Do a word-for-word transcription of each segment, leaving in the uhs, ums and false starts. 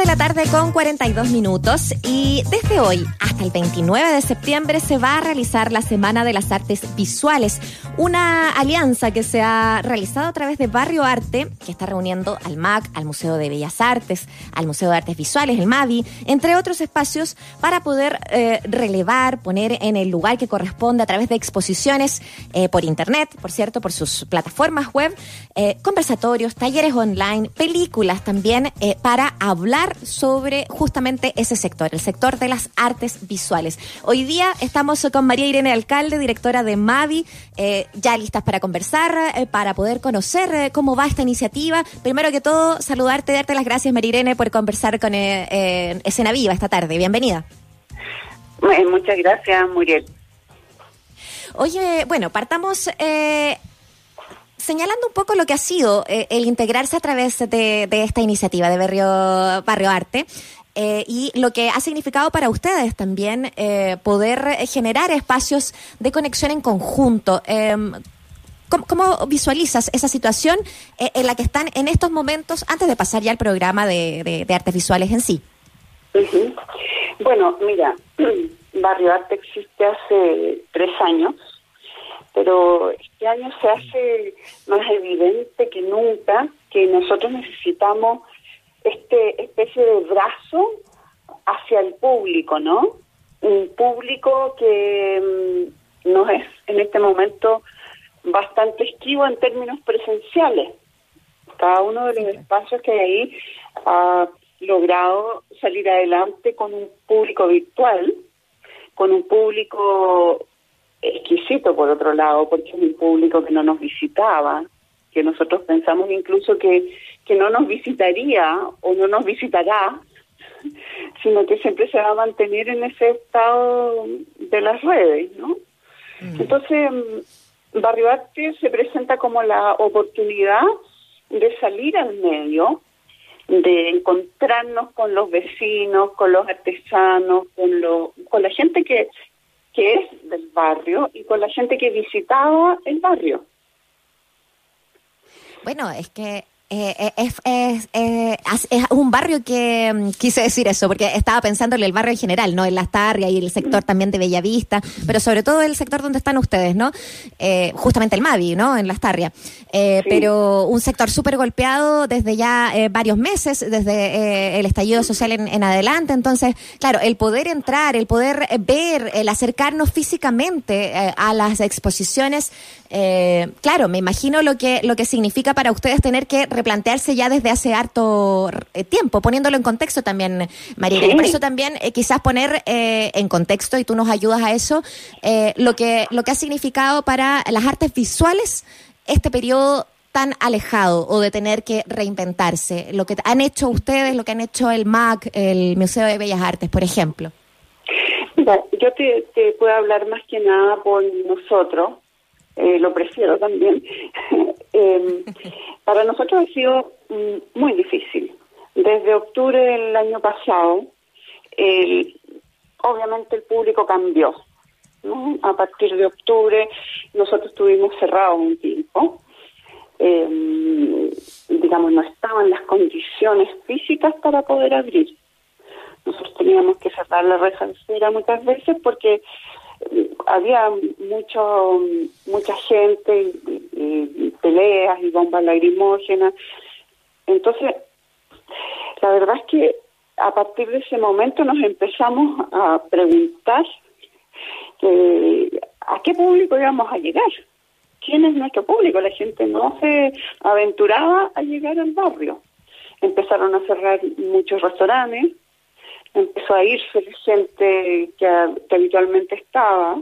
la tarde con cuarenta y dos minutos y desde hoy hasta el veintinueve de septiembre se va a realizar la Semana de las Artes Visuales, una alianza que se ha realizado a través de Barrio Arte, que está reuniendo al M A C, al Museo de Bellas Artes, al Museo de Artes Visuales, el MAVI, entre otros espacios para poder eh, relevar, poner en el lugar que corresponde a través de exposiciones eh, por internet, por cierto, por sus plataformas web, eh, conversatorios, talleres online, películas también, eh, para hablar sobre justamente ese sector, el sector de las artes visuales. Hoy día estamos con María Irene Alcalde, directora de MAVI, eh, ya listas para conversar, eh, para poder conocer eh, cómo va esta iniciativa. Primero que todo, saludarte y darte las gracias, María Irene, por conversar con eh, eh, Escena Viva esta tarde. Bienvenida. Muchas gracias, Muriel. Oye, bueno, partamos eh, señalando un poco lo que ha sido eh, el integrarse a través de, de esta iniciativa de Barrio, Barrio Arte eh, y lo que ha significado para ustedes también eh, poder generar espacios de conexión en conjunto. Eh, ¿cómo, ¿Cómo visualizas esa situación eh, en la que están en estos momentos antes de pasar ya al programa de, de, de artes visuales en sí? Uh-huh. Bueno, mira, Barrio Arte existe hace tres años, pero este año se hace más evidente que nunca que nosotros necesitamos este especie de brazo hacia el público, ¿no? Un público que mmm, nos es en este momento bastante esquivo en términos presenciales. Cada uno de los espacios que hay ahí ha logrado salir adelante con un público virtual, con un público exquisito por otro lado, porque es un público que no nos visitaba, que nosotros pensamos incluso que, que no nos visitaría o no nos visitará, sino que siempre se va a mantener en ese estado de las redes, ¿no? Mm. Entonces, Barrio Arte se presenta como la oportunidad de salir al medio, de encontrarnos con los vecinos, con los artesanos, con, lo, con la gente que que es del barrio y con la gente que visitaba el barrio. Bueno, es que eh, es, es, es, es un barrio que um, quise decir eso, porque estaba pensando en el barrio en general, ¿no? En Las Tarrias y el sector también de Bellavista, pero sobre todo el sector donde están ustedes, ¿no? Eh, justamente el MAVI, ¿no? En Las Tarrias. Eh, sí. Pero un sector súper golpeado desde ya eh, varios meses, desde eh, el estallido social en, en adelante. Entonces, claro, el poder entrar, el poder ver, el acercarnos físicamente eh, a las exposiciones, eh, claro, me imagino lo que lo que significa para ustedes tener que replantearse ya desde hace harto eh, tiempo, poniéndolo en contexto también, María. Sí. Por eso también eh, quizás poner eh, en contexto, y tú nos ayudas a eso, eh, lo que lo que ha significado para las artes visuales este periodo tan alejado o de tener que reinventarse, lo que han hecho ustedes, lo que han hecho el M A C, el Museo de Bellas Artes, por ejemplo. Mira, yo te, te puedo hablar más que nada por nosotros, eh, lo prefiero también. eh, para nosotros ha sido mm, muy difícil. Desde octubre del año pasado, el, obviamente el público cambió, ¿no? A partir de octubre nosotros estuvimos cerrados un tiempo. Eh, digamos, no estaban las condiciones físicas para poder abrir. Nosotros teníamos que cerrar la reja de cera muchas veces porque eh, había mucho mucha gente y, y, y peleas y bombas lacrimógenas. Entonces, la verdad es que a partir de ese momento nos empezamos a preguntar que, a qué público íbamos a llegar. ¿Quién es nuestro público? La gente no se aventuraba a llegar al barrio. Empezaron a cerrar muchos restaurantes, empezó a irse la gente que, que habitualmente estaba.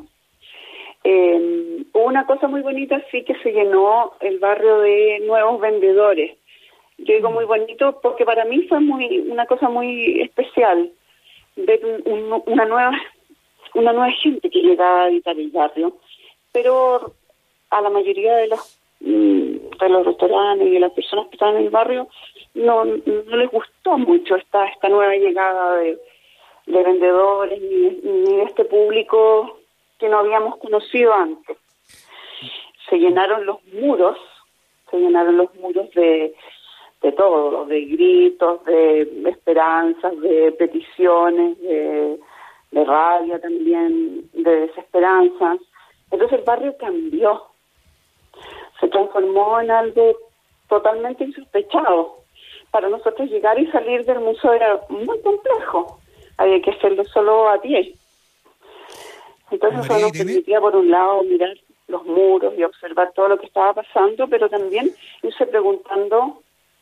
Eh, hubo una cosa muy bonita, sí, que se llenó el barrio de nuevos vendedores. Yo digo muy bonito porque para mí fue muy una cosa muy especial ver un, un, una nueva una nueva gente que llegaba a habitar el barrio, pero a la mayoría de los de los restaurantes y de las personas que estaban en el barrio no, no les gustó mucho esta esta nueva llegada de, de vendedores ni, ni de este público que no habíamos conocido antes. Se llenaron los muros, se llenaron los muros de, de todo, de gritos, de esperanzas, de peticiones, de, de rabia también, de desesperanza. Entonces el barrio cambió, se transformó en algo totalmente insospechado. Para nosotros llegar y salir del museo era muy complejo, había que hacerlo solo a pie. Entonces eso nos permitía, por un lado, mirar los muros y observar todo lo que estaba pasando, pero también irse preguntando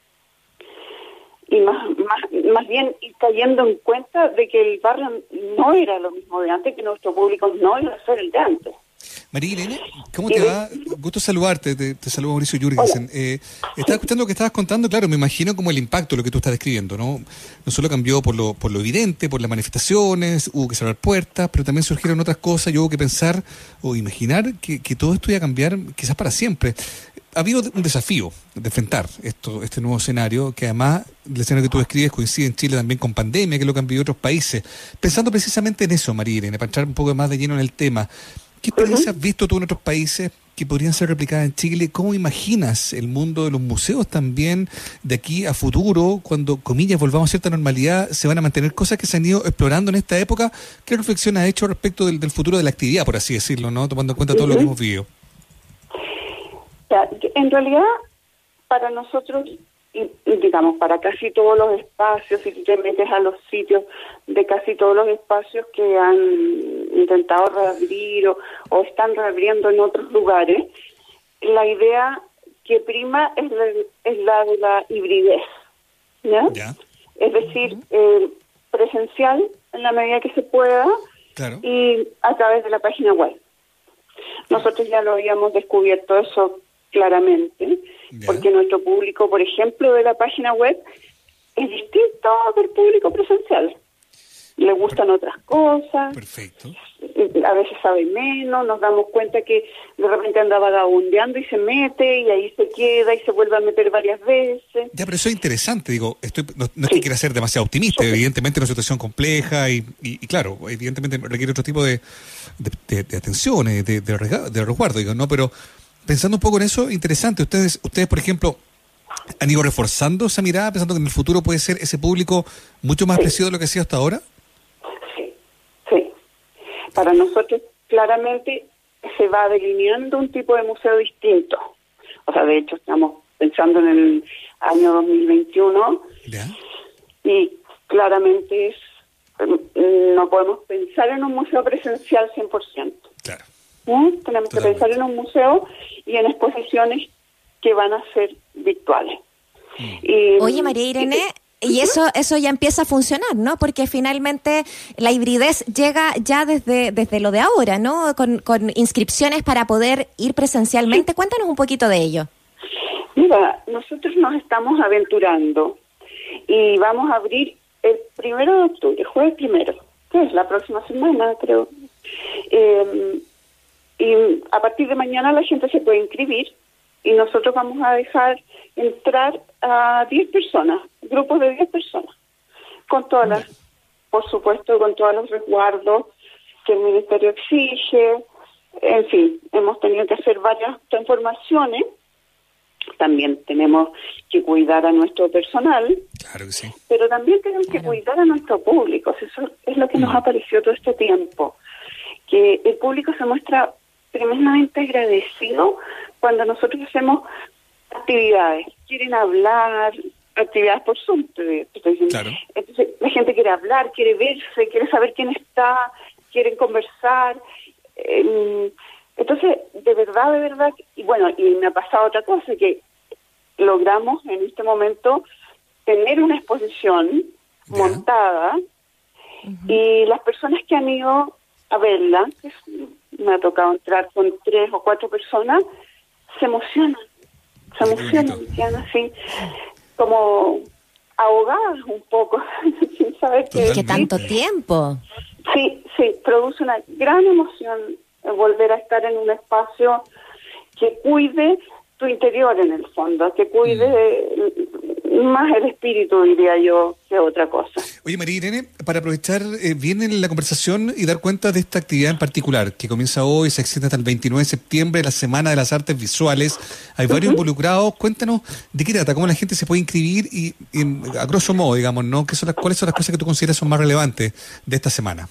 y más, más, más bien ir cayendo en cuenta de que el barrio no era lo mismo de antes, que nuestro público no iba a ser el de antes. María Irene, ¿cómo te va? Gusto saludarte, te, te saludo Mauricio Jürgensen. Eh, estaba escuchando lo que estabas contando, claro, me imagino como el impacto de lo que tú estás describiendo, ¿no? No solo cambió por lo, por lo evidente, por las manifestaciones, hubo que cerrar puertas, pero también surgieron otras cosas y hubo que pensar o imaginar que, que todo esto iba a cambiar quizás para siempre. Ha habido un desafío de enfrentar esto, este nuevo escenario, que además el escenario que tú describes coincide en Chile también con pandemia, que es lo que han vivido otros países. Pensando precisamente en eso, María Irene, para entrar un poco más de lleno en el tema, ¿qué experiencias has visto tú en otros países que podrían ser replicadas en Chile? ¿Cómo imaginas el mundo de los museos también de aquí a futuro, cuando, comillas, volvamos a cierta normalidad, se van a mantener cosas que se han ido explorando en esta época? ¿Qué reflexión has hecho respecto del, del futuro de la actividad, por así decirlo, no, tomando en cuenta todo uh-huh. lo que hemos vivido? En realidad, para nosotros, y, digamos, para casi todos los espacios, si tú te metes a los sitios de casi todos los espacios que han intentado reabrir o, o están reabriendo en otros lugares, la idea que prima es la, es la de la hibridez, ¿ya? ¿Ya? Es decir, uh-huh. eh, presencial en la medida que se pueda, claro. Y a través de la página web. Nosotros ya lo habíamos descubierto eso claramente, yeah. porque nuestro público, por ejemplo, de la página web es distinto del público presencial. Le gustan otras cosas. Perfecto. A veces sabe menos, nos damos cuenta que de repente anda vagabundeando y se mete y ahí se queda y se vuelve a meter varias veces. Ya, pero eso es interesante, digo, estoy, no, no es sí. que quiera ser demasiado optimista, sí. evidentemente es una situación compleja y, y, y claro, evidentemente requiere otro tipo de, de, de, de atención, de, de, de resguardo, digo, ¿no? Pero pensando un poco en eso, interesante, ustedes, ustedes por ejemplo, han ido reforzando esa mirada, pensando que en el futuro puede ser ese público mucho más sí. apreciado de lo que ha sido hasta ahora. Sí, sí. Para nosotros claramente se va delineando un tipo de museo distinto. O sea, de hecho estamos pensando en el año dos mil veintiuno ¿ya? Y claramente es, no podemos pensar en un museo presencial cien por ciento. Claro. ¿Eh? Tenemos Totalmente. que pensar en un museo y en exposiciones que van a ser virtuales. Mm. Y, Oye, María Irene, y, y eso eso ya empieza a funcionar, ¿no? Porque finalmente la hibridez llega ya desde desde lo de ahora, ¿no? Con, con inscripciones para poder ir presencialmente. Sí. Cuéntanos un poquito de ello. Mira, nosotros nos estamos aventurando y vamos a abrir el primero de octubre, jueves primero, que es la próxima semana, creo. Eh, Y a partir de mañana la gente se puede inscribir y nosotros vamos a dejar entrar a diez personas, grupos de diez personas, con todas las, por supuesto, con todos los resguardos que el Ministerio exige. En fin, hemos tenido que hacer varias transformaciones. También tenemos que cuidar a nuestro personal, claro que sí. pero también tenemos claro. que cuidar a nuestro público. Eso es lo que nos ha parecido todo este tiempo, que el público se muestra tremendamente agradecido cuando nosotros hacemos actividades. Quieren hablar, actividades por Zoom. Claro. Entonces, la gente quiere hablar, quiere verse, quiere saber quién está, quieren conversar. Eh, entonces, de verdad, de verdad, y bueno, y me ha pasado otra cosa, que logramos en este momento tener una exposición yeah. montada uh-huh. y las personas que han ido a verla, que es, me ha tocado entrar con tres o cuatro personas, se emocionan, se emocionan, quedan así, como ahogadas un poco, sin saber qué es que tanto tiempo. Sí, sí, produce una gran emoción volver a estar en un espacio que cuide tu interior en el fondo, que cuide mm. más el espíritu, diría yo, que otra cosa. Oye, María Irene, para aprovechar eh, bien la conversación y dar cuenta de esta actividad en particular, que comienza hoy, se extiende hasta el veintinueve de septiembre, la Semana de las Artes Visuales, hay varios uh-huh. involucrados. Cuéntanos de qué trata, cómo la gente se puede inscribir y, y a grosso modo, digamos, ¿no? ¿Qué son las, ¿Cuáles son las cosas que tú consideras son más relevantes de esta semana?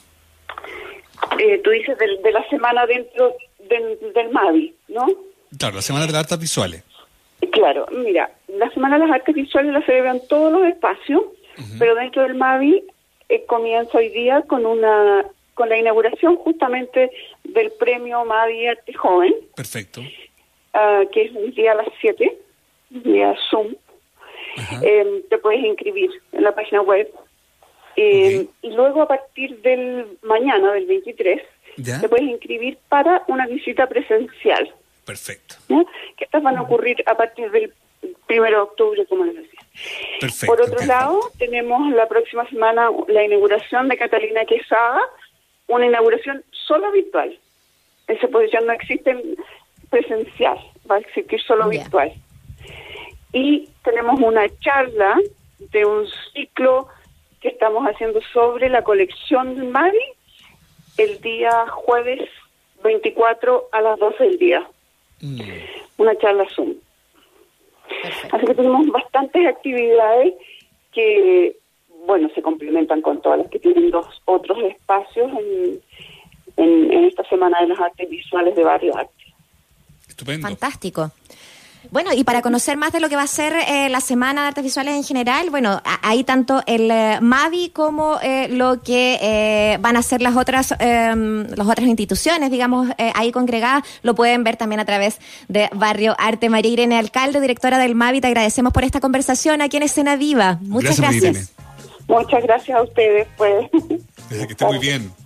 Eh, tú dices de, de la semana dentro del, del MAVI, ¿no? Claro, la Semana de las Artes Visuales. Claro, mira, la Semana de las Artes Visuales la celebran todos los espacios, uh-huh. pero dentro del MAVI eh, comienza hoy día con una con la inauguración justamente del premio MAVI Arte Joven. Perfecto. Uh, que es un día a las siete, vía Zoom. Uh-huh. Eh, te puedes inscribir en la página web. Eh, okay. Y luego a partir del mañana, del veintitrés, ¿ya? Te puedes inscribir para una visita presencial. Perfecto. ¿Ya? Que estas van a ocurrir a partir del primero de octubre, como les decía. Perfecto. Por otro okay. lado, tenemos la próxima semana la inauguración de Catalina Quesada, una inauguración solo virtual. Esa exposición no existe presencial, va a existir solo yeah. virtual. Y tenemos una charla de un ciclo que estamos haciendo sobre la colección del MAVI el día jueves veinticuatro a las doce del día. Mm. Una charla Zoom. Perfecto. Así que tenemos bastantes actividades que, bueno, se complementan con todas las que tienen los otros espacios en, en, en esta Semana de las Artes Visuales de Barrio Arte. Estupendo. Fantástico. Bueno, y para conocer más de lo que va a ser eh, la Semana de Artes Visuales en general, bueno, hay tanto el eh, MAVI como eh, lo que eh, van a ser las otras eh, las otras instituciones, digamos, eh, ahí congregadas, lo pueden ver también a través de Barrio Arte. María Irene Alcalde, directora del MAVI, te agradecemos por esta conversación aquí en Escena Viva. Muchas gracias. gracias. Muchas gracias a ustedes, pues. Que esté muy bien.